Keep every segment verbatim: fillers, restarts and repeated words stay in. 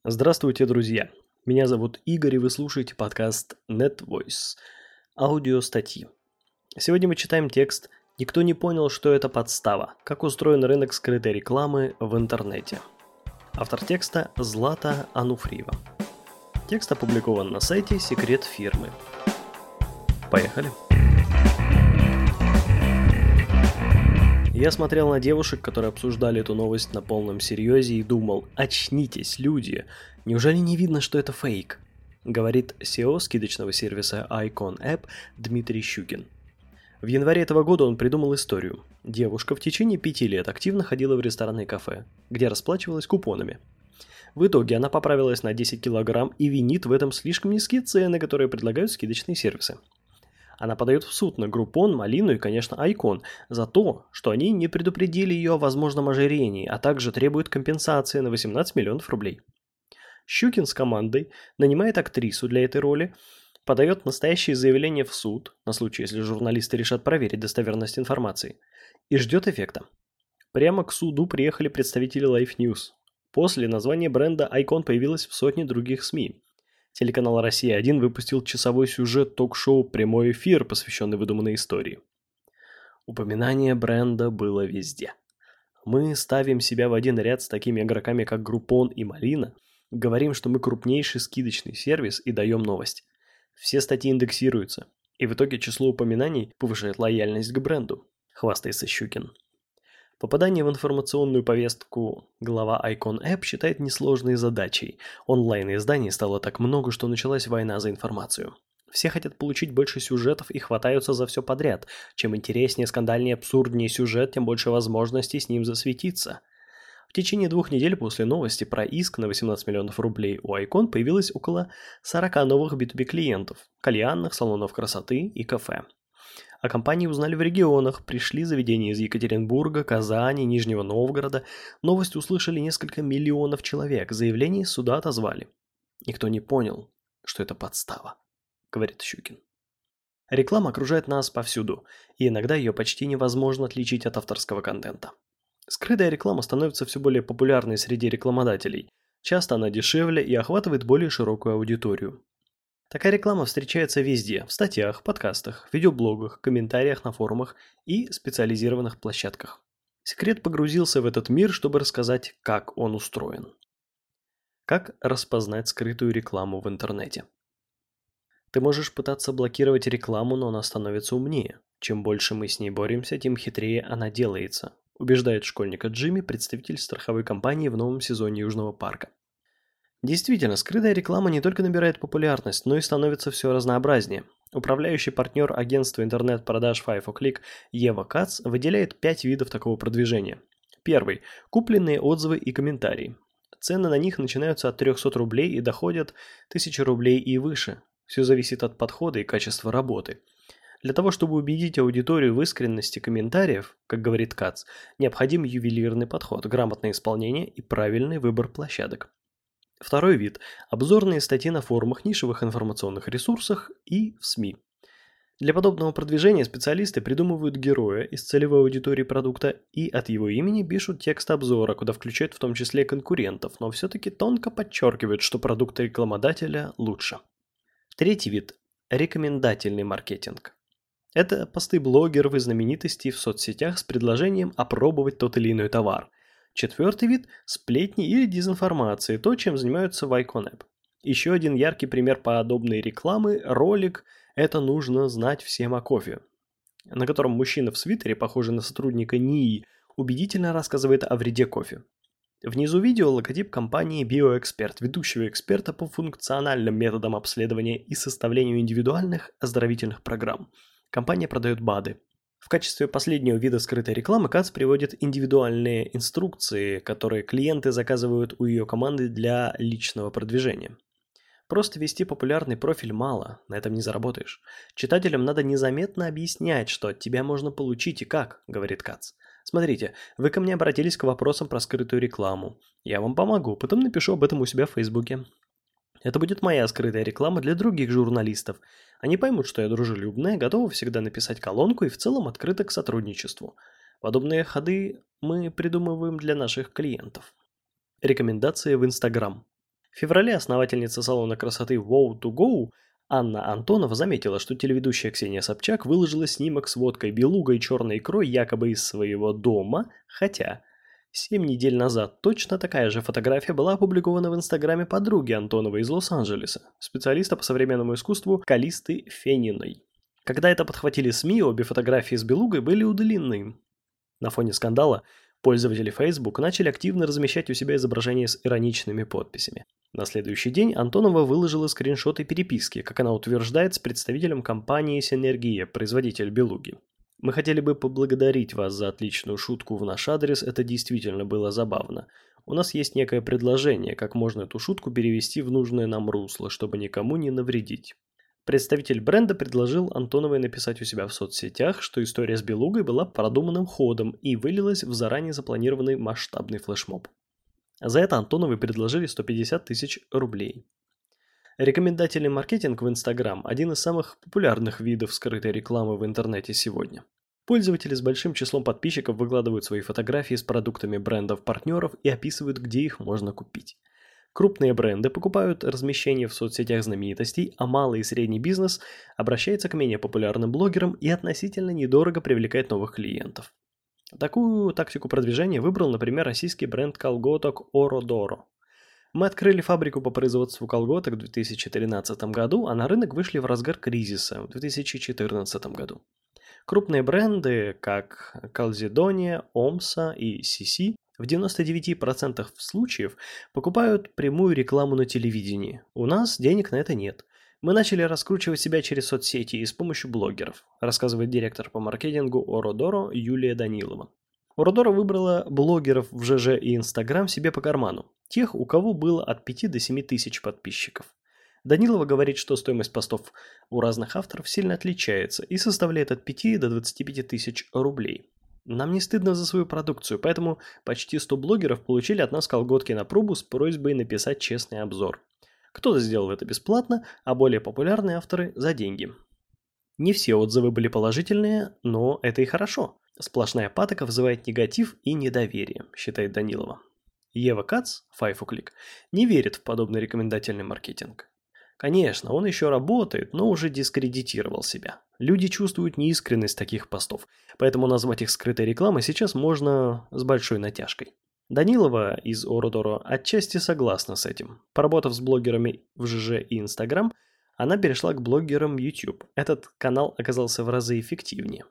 Здравствуйте, друзья! Меня зовут Игорь, и вы слушаете подкаст NetVoice. Аудиостатьи. Сегодня мы читаем текст «Никто не понял, что это подстава. Как устроен рынок скрытой рекламы в интернете». Автор текста Злата Ануфриева. Текст опубликован на сайте Секрет фирмы. Поехали! Я смотрел на девушек, которые обсуждали эту новость на полном серьезе, и думал: очнитесь, люди, неужели не видно, что это фейк? Говорит си и о скидочного сервиса Icon App Дмитрий Щукин. В январе этого года он придумал историю. Девушка в течение пяти лет активно ходила в рестораны и кафе, где расплачивалась купонами. В итоге она поправилась на десять килограмм и винит в этом слишком низкие цены, которые предлагают скидочные сервисы. Она подает в суд на Groupon, Малину и, конечно, Icon за то, что они не предупредили ее о возможном ожирении, а также требует компенсации на восемнадцать миллионов рублей. Щукин с командой нанимает актрису для этой роли, подает настоящее заявление в суд, на случай, если журналисты решат проверить достоверность информации, и ждет эффекта. Прямо к суду приехали представители Life News. После название бренда Icon появилось в сотне других СМИ. Телеканал «Россия один» выпустил часовой сюжет ток-шоу «Прямой эфир», посвященный выдуманной истории. Упоминание бренда было везде. Мы ставим себя в один ряд с такими игроками, как Groupon и Малина, говорим, что мы крупнейший скидочный сервис и даем новость. Все статьи индексируются, и в итоге число упоминаний повышает лояльность к бренду, хвастается Щукин. Попадание в информационную повестку глава Icon App считает несложной задачей. Онлайн-изданий стало так много, что началась война за информацию. Все хотят получить больше сюжетов и хватаются за все подряд. Чем интереснее, скандальнее, абсурднее сюжет, тем больше возможностей с ним засветиться. В течение двух недель после новости про иск на восемнадцать миллионов рублей у Icon появилось около сорок новых би ту би клиентов, кальянных, салонов красоты и кафе. О компании узнали в регионах, пришли заведения из Екатеринбурга, Казани, Нижнего Новгорода. Новость услышали несколько миллионов человек, заявление из суда отозвали. Никто не понял, что это подстава, говорит Щукин. Реклама окружает нас повсюду, и иногда ее почти невозможно отличить от авторского контента. Скрытая реклама становится все более популярной среди рекламодателей. Часто она дешевле и охватывает более широкую аудиторию. Такая реклама встречается везде – в статьях, подкастах, видеоблогах, комментариях на форумах и специализированных площадках. Секрет погрузился в этот мир, чтобы рассказать, как он устроен. Как распознать скрытую рекламу в интернете? Ты можешь пытаться блокировать рекламу, но она становится умнее. Чем больше мы с ней боремся, тем хитрее она делается, убеждает школьника Джимми, представитель страховой компании в новом сезоне Южного парка. Действительно, скрытая реклама не только набирает популярность, но и становится все разнообразнее. Управляющий партнер агентства интернет-продаж Five о Click Ева Кац выделяет пять видов такого продвижения. Первый – купленные отзывы и комментарии. Цены на них начинаются от трехсот рублей и доходят тысячи рублей и выше. Все зависит от подхода и качества работы. Для того, чтобы убедить аудиторию в искренности комментариев, как говорит Кац, необходим ювелирный подход, грамотное исполнение и правильный выбор площадок. Второй вид – обзорные статьи на форумах, нишевых информационных ресурсах и в СМИ. Для подобного продвижения специалисты придумывают героя из целевой аудитории продукта и от его имени пишут текст обзора, куда включают в том числе конкурентов, но все-таки тонко подчеркивают, что продукт рекламодателя лучше. Третий вид – рекомендательный маркетинг. Это посты блогеров и знаменитостей в соцсетях с предложением опробовать тот или иной товар. Четвертый вид – сплетни или дезинформации, то, чем занимаются в Icon App. Еще один яркий пример подобной рекламы – ролик «Это нужно знать всем о кофе», на котором мужчина в свитере, похожий на сотрудника НИИ, убедительно рассказывает о вреде кофе. Внизу видео логотип компании BioExpert, ведущего эксперта по функциональным методам обследования и составлению индивидуальных оздоровительных программ. Компания продает БАДы. В качестве последнего вида скрытой рекламы Кац приводит индивидуальные инструкции, которые клиенты заказывают у ее команды для личного продвижения. Просто вести популярный профиль мало, на этом не заработаешь. Читателям надо незаметно объяснять, что от тебя можно получить и как, говорит Кац. Смотрите, вы ко мне обратились к вопросам про скрытую рекламу. Я вам помогу, потом напишу об этом у себя в Фейсбуке. Это будет моя скрытая реклама для других журналистов. Они поймут, что я дружелюбная, готова всегда написать колонку и в целом открыта к сотрудничеству. Подобные ходы мы придумываем для наших клиентов. Рекомендации в Инстаграм. В феврале основательница салона красоты Wow to Go Анна Антонова заметила, что телеведущая Ксения Собчак выложила снимок с водкой белугой и черной икрой якобы из своего дома, хотя семь недель назад точно такая же фотография была опубликована в инстаграме подруги Антоновой из Лос-Анджелеса, специалиста по современному искусству Калисты Фениной. Когда это подхватили СМИ, обе фотографии с белугой были удалены. На фоне скандала пользователи Facebook начали активно размещать у себя изображения с ироничными подписями. На следующий день Антонова выложила скриншоты переписки, как она утверждает, с представителем компании «Синергия», производитель белуги. «Мы хотели бы поблагодарить вас за отличную шутку в наш адрес, это действительно было забавно. У нас есть некое предложение, как можно эту шутку перевести в нужное нам русло, чтобы никому не навредить». Представитель бренда предложил Антоновой написать у себя в соцсетях, что история с белугой была продуманным ходом и вылилась в заранее запланированный масштабный флешмоб. За это Антоновой предложили сто пятьдесят тысяч рублей. Рекомендательный маркетинг в Instagram – один из самых популярных видов скрытой рекламы в интернете сегодня. Пользователи с большим числом подписчиков выкладывают свои фотографии с продуктами брендов-партнеров и описывают, где их можно купить. Крупные бренды покупают размещение в соцсетях знаменитостей, а малый и средний бизнес обращается к менее популярным блогерам и относительно недорого привлекает новых клиентов. Такую тактику продвижения выбрал, например, российский бренд колготок Оро-Доро. Мы открыли фабрику по производству колготок в две тысячи тринадцатом году, а на рынок вышли в разгар кризиса в две тысячи четырнадцатом году. Крупные бренды, как Calzedonia, Омса и си си, в девяноста девяти процентах случаев покупают прямую рекламу на телевидении. У нас денег на это нет. Мы начали раскручивать себя через соцсети и с помощью блогеров, рассказывает директор по маркетингу Оро-Доро Юлия Данилова. Оро-Доро выбрала блогеров в ЖЖ и Инстаграм себе по карману, тех, у кого было от пяти до семи тысяч подписчиков. Данилова говорит, что стоимость постов у разных авторов сильно отличается и составляет от пяти до двадцати пяти тысяч рублей. Нам не стыдно за свою продукцию, поэтому почти сто блогеров получили от нас колготки на пробу с просьбой написать честный обзор. Кто-то сделал это бесплатно, а более популярные авторы за деньги. Не все отзывы были положительные, но это и хорошо. Сплошная патока вызывает негатив и недоверие, считает Данилова. Ева Кац, FIFO-Click, не верит в подобный рекомендательный маркетинг. Конечно, он еще работает, но уже дискредитировал себя. Люди чувствуют неискренность таких постов, поэтому назвать их скрытой рекламой сейчас можно с большой натяжкой. Данилова из Оро-Доро отчасти согласна с этим. Поработав с блогерами в ЖЖ и Инстаграм, она перешла к блогерам YouTube. Этот канал оказался в разы эффективнее.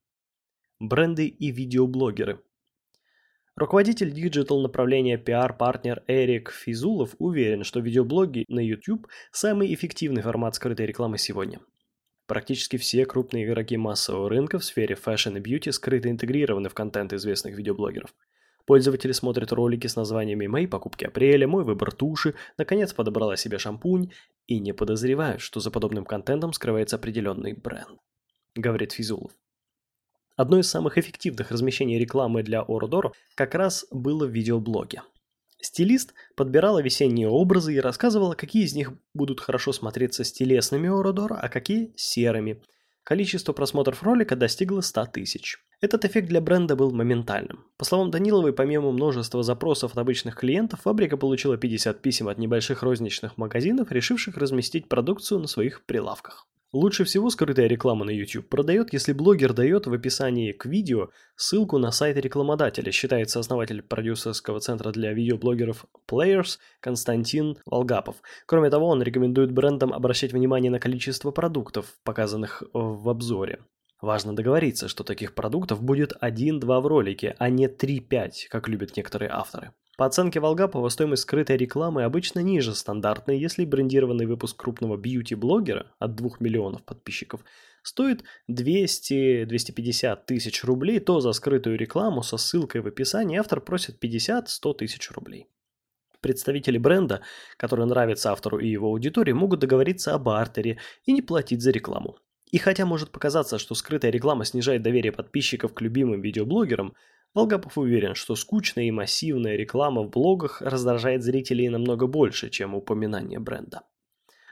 Бренды и видеоблогеры. Руководитель диджитал-направления пи ар-партнер Эрик Физулов уверен, что видеоблоги на YouTube – самый эффективный формат скрытой рекламы сегодня. Практически все крупные игроки массового рынка в сфере фэшн и бьюти скрыто интегрированы в контент известных видеоблогеров. Пользователи смотрят ролики с названиями «Мои покупки апреля», «Мой выбор туши», «Наконец подобрала себе шампунь» и не подозревают, что за подобным контентом скрывается определенный бренд, говорит Физулов. Одно из самых эффективных размещений рекламы для Оро-Доро как раз было в видеоблоге. Стилист подбирала весенние образы и рассказывала, какие из них будут хорошо смотреться с телесными Оро-Доро, а какие с серыми. Количество просмотров ролика достигло ста тысяч. Этот эффект для бренда был моментальным. По словам Даниловой, помимо множества запросов от обычных клиентов, фабрика получила пятьдесят писем от небольших розничных магазинов, решивших разместить продукцию на своих прилавках. Лучше всего скрытая реклама на YouTube продает, если блогер дает в описании к видео ссылку на сайт рекламодателя, считает сооснователь продюсерского центра для видеоблогеров Players Константин Волгапов. Кроме того, он рекомендует брендам обращать внимание на количество продуктов, показанных в обзоре. Важно договориться, что таких продуктов будет один-два в ролике, а не три-пять, как любят некоторые авторы. По оценке Волгапова, стоимость скрытой рекламы обычно ниже стандартной, если брендированный выпуск крупного бьюти-блогера от двух миллионов подписчиков стоит двести - двести пятьдесят тысяч рублей, то за скрытую рекламу со ссылкой в описании автор просит пятьдесят - сто тысяч рублей. Представители бренда, который нравится автору и его аудитории, могут договориться о бартере и не платить за рекламу. И хотя может показаться, что скрытая реклама снижает доверие подписчиков к любимым видеоблогерам, Волгапов уверен, что скучная и массивная реклама в блогах раздражает зрителей намного больше, чем упоминание бренда.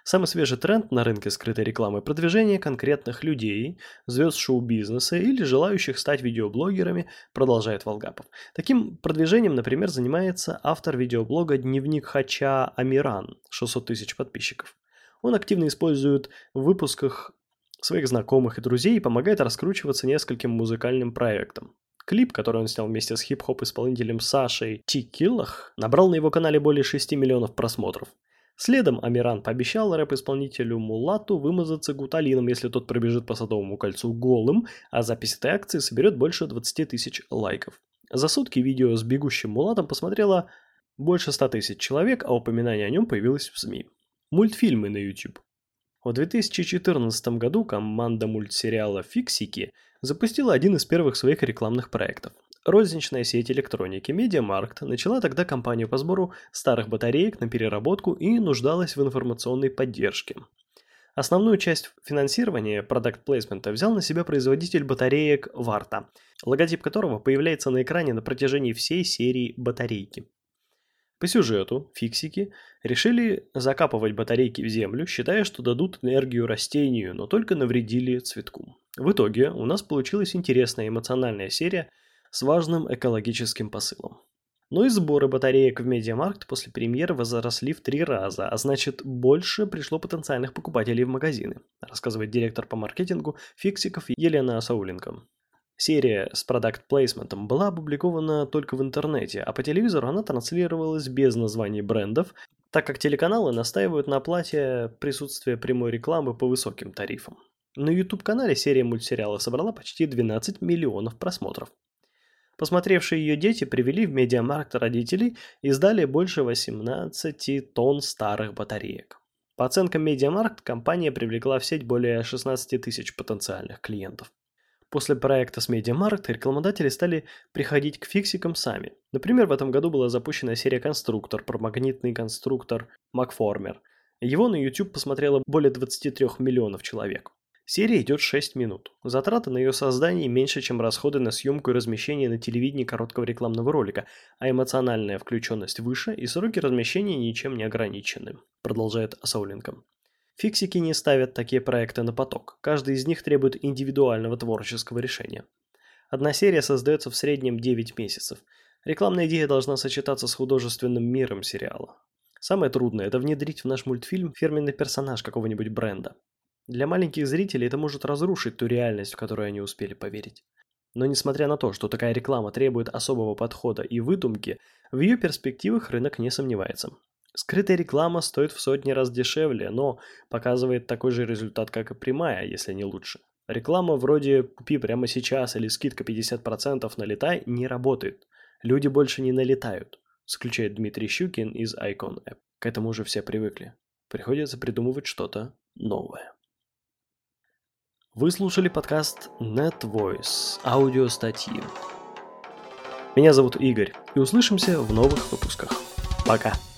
Самый свежий тренд на рынке скрытой рекламы – продвижение конкретных людей, звезд шоу-бизнеса или желающих стать видеоблогерами, продолжает Волгапов. Таким продвижением, например, занимается автор видеоблога «Дневник Хача» Амиран, шестьсот тысяч подписчиков. Он активно использует в выпусках своих знакомых и друзей и помогает раскручиваться нескольким музыкальным проектам. Клип, который он снял вместе с хип-хоп-исполнителем Сашей Тикиллах, набрал на его канале более шести миллионов просмотров. Следом Амиран пообещал рэп-исполнителю Мулату вымазаться гуталином, если тот пробежит по Садовому кольцу голым, а запись этой акции соберет больше двадцати тысяч лайков. За сутки видео с бегущим Мулатом посмотрело больше ста тысяч человек, а упоминание о нем появилось в СМИ. Мультфильмы на YouTube. В две тысячи четырнадцатом году команда мультсериала «Фиксики» запустила один из первых своих рекламных проектов. Розничная сеть электроники MediaMarkt начала тогда кампанию по сбору старых батареек на переработку и нуждалась в информационной поддержке. Основную часть финансирования продакт-плейсмента взял на себя производитель батареек Varta, логотип которого появляется на экране на протяжении всей серии батарейки. По сюжету фиксики решили закапывать батарейки в землю, считая, что дадут энергию растению, но только навредили цветку. В итоге у нас получилась интересная эмоциональная серия с важным экологическим посылом. Но и сборы батареек в MediaMarkt после премьеры возросли в три раза, а значит больше пришло потенциальных покупателей в магазины, рассказывает директор по маркетингу фиксиков Елена Сауленко. Серия с продакт-плейсментом была опубликована только в интернете, а по телевизору она транслировалась без названий брендов, так как телеканалы настаивают на оплате присутствия прямой рекламы по высоким тарифам. На YouTube-канале серия мультсериала собрала почти двенадцать миллионов просмотров. Посмотревшие ее дети привели в MediaMarkt родителей и сдали больше восемнадцати тонн старых батареек. По оценкам MediaMarkt, компания привлекла в сеть более шестнадцати тысяч потенциальных клиентов. После проекта с MediaMarkt рекламодатели стали приходить к фиксикам сами. Например, в этом году была запущена серия «Конструктор» про магнитный конструктор Макформер. Его на YouTube посмотрело более двадцати трёх миллионов человек. Серия идет шесть минут. Затраты на ее создание меньше, чем расходы на съемку и размещение на телевидении короткого рекламного ролика, а эмоциональная включенность выше и сроки размещения ничем не ограничены, продолжает Сауленко. Фиксики не ставят такие проекты на поток. Каждый из них требует индивидуального творческого решения. Одна серия создается в среднем девять месяцев. Рекламная идея должна сочетаться с художественным миром сериала. Самое трудное – это внедрить в наш мультфильм фирменный персонаж какого-нибудь бренда. Для маленьких зрителей это может разрушить ту реальность, в которую они успели поверить. Но несмотря на то, что такая реклама требует особого подхода и выдумки, в ее перспективах рынок не сомневается. Скрытая реклама стоит в сотни раз дешевле, но показывает такой же результат, как и прямая, если не лучше. Реклама вроде «купи прямо сейчас» или «скидка пятьдесят процентов налетай» не работает. Люди больше не налетают, заключает Дмитрий Щукин из Icon App. К этому уже все привыкли. Приходится придумывать что-то новое. Вы слушали подкаст NetVoice, аудиостатьи. Меня зовут Игорь, и услышимся в новых выпусках. Пока.